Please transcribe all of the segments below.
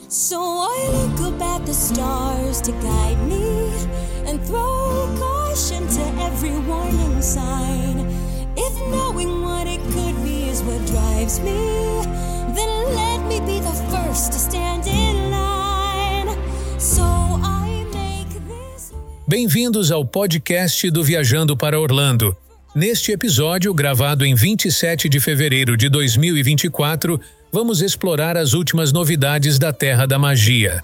So I look up at the stars to guide me and throw caution to every warning sign. If knowing what it could be is what drives me, then let me be the first to stand in line. So I make this way. Bem-vindos ao podcast do Viajando para Orlando. Neste episódio, gravado em 27 de fevereiro de 2024, vamos explorar as últimas novidades da Terra da Magia.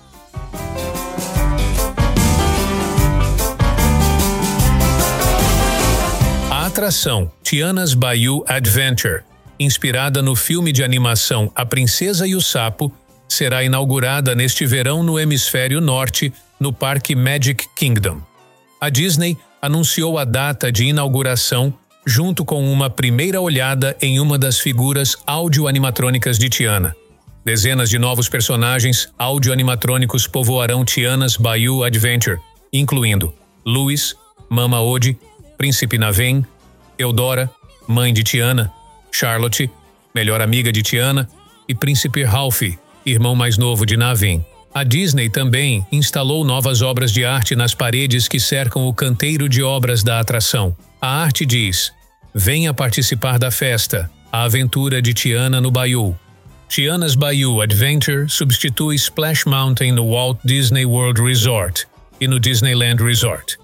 A atração Tiana's Bayou Adventure, inspirada no filme de animação A Princesa e o Sapo, será inaugurada neste verão no hemisfério norte, no Parque Magic Kingdom. A Disney anunciou a data de inauguração junto com uma primeira olhada em uma das figuras áudio-animatrônicas de Tiana. Dezenas de novos personagens áudio-animatrônicos povoarão Tiana's Bayou Adventure, incluindo Louis, Mama Odie, Príncipe Naveen, Eudora, mãe de Tiana, Charlotte, melhor amiga de Tiana, e Príncipe Ralphie, irmão mais novo de Naveen. A Disney também instalou novas obras de arte nas paredes que cercam o canteiro de obras da atração. A arte diz: venha participar da festa, a aventura de Tiana no Bayou. Tiana's Bayou Adventure substitui Splash Mountain no Walt Disney World Resort e no Disneyland Resort.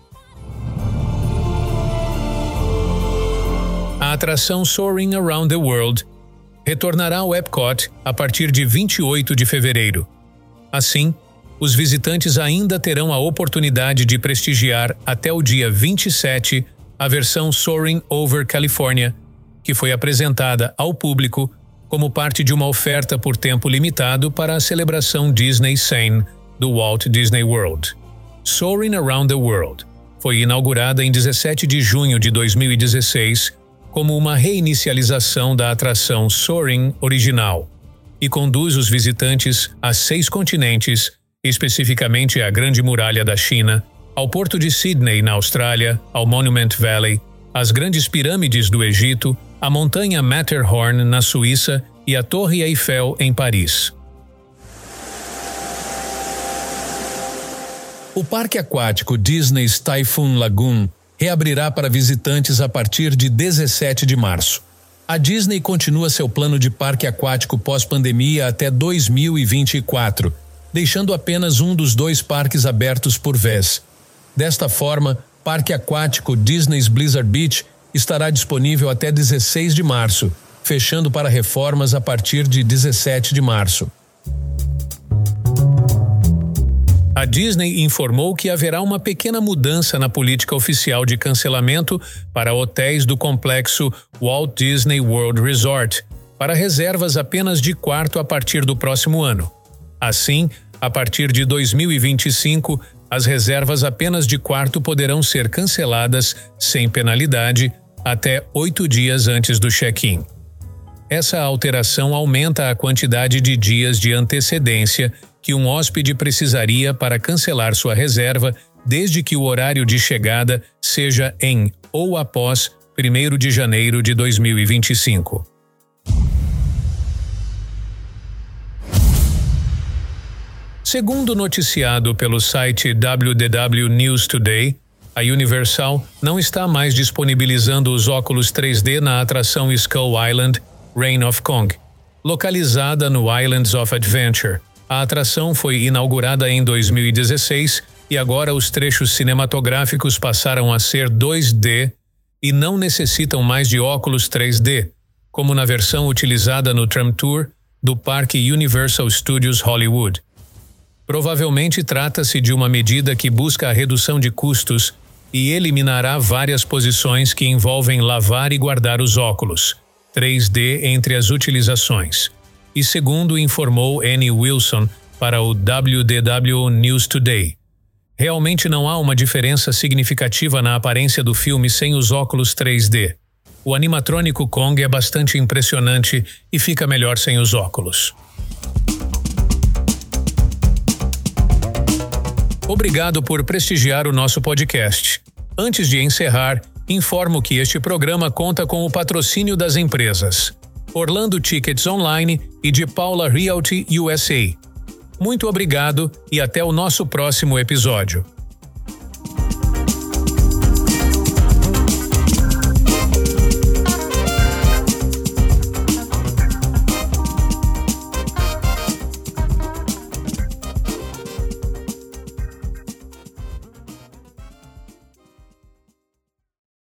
A atração Soaring Around the World retornará ao Epcot a partir de 28 de fevereiro. Assim, os visitantes ainda terão a oportunidade de prestigiar até o dia 27 a versão Soaring Over California, que foi apresentada ao público como parte de uma oferta por tempo limitado para a celebração Disney 100 do Walt Disney World. Soaring Around the World foi inaugurada em 17 de junho de 2016 como uma reinicialização da atração Soaring original e conduz os visitantes a 6 continentes, especificamente à Grande Muralha da China, ao Porto de Sydney, na Austrália, ao Monument Valley, às Grandes Pirâmides do Egito, à Montanha Matterhorn, na Suíça, e à Torre Eiffel, em Paris. O parque aquático Disney's Typhoon Lagoon reabrirá para visitantes a partir de 17 de março. A Disney continua seu plano de parque aquático pós-pandemia até 2024, deixando apenas um dos 2 parques abertos por vez. Desta forma, parque aquático Disney's Blizzard Beach estará disponível até 16 de março, fechando para reformas a partir de 17 de março. A Disney informou que haverá uma pequena mudança na política oficial de cancelamento para hotéis do complexo Walt Disney World Resort, para reservas apenas de quarto a partir do próximo ano. Assim, a partir de 2025, as reservas apenas de quarto poderão ser canceladas sem penalidade até 8 dias antes do check-in. Essa alteração aumenta a quantidade de dias de antecedência que um hóspede precisaria para cancelar sua reserva, desde que o horário de chegada seja em ou após 1º de janeiro de 2025. Segundo noticiado pelo site WDW News Today, a Universal não está mais disponibilizando os óculos 3D na atração Skull Island Reign of Kong, localizada no Islands of Adventure. A atração foi inaugurada em 2016 e agora os trechos cinematográficos passaram a ser 2D e não necessitam mais de óculos 3D, como na versão utilizada no Tram Tour do Parque Universal Studios Hollywood. Provavelmente trata-se de uma medida que busca a redução de custos e eliminará várias posições que envolvem lavar e guardar os óculos 3D entre as utilizações. E segundo informou Annie Wilson para o WDW News Today, realmente não há uma diferença significativa na aparência do filme sem os óculos 3D. O animatrônico Kong é bastante impressionante e fica melhor sem os óculos. Obrigado por prestigiar o nosso podcast. Antes de encerrar, informo que este programa conta com o patrocínio das empresas Orlando Tickets Online e de Paula Realty USA. Muito obrigado e até o nosso próximo episódio.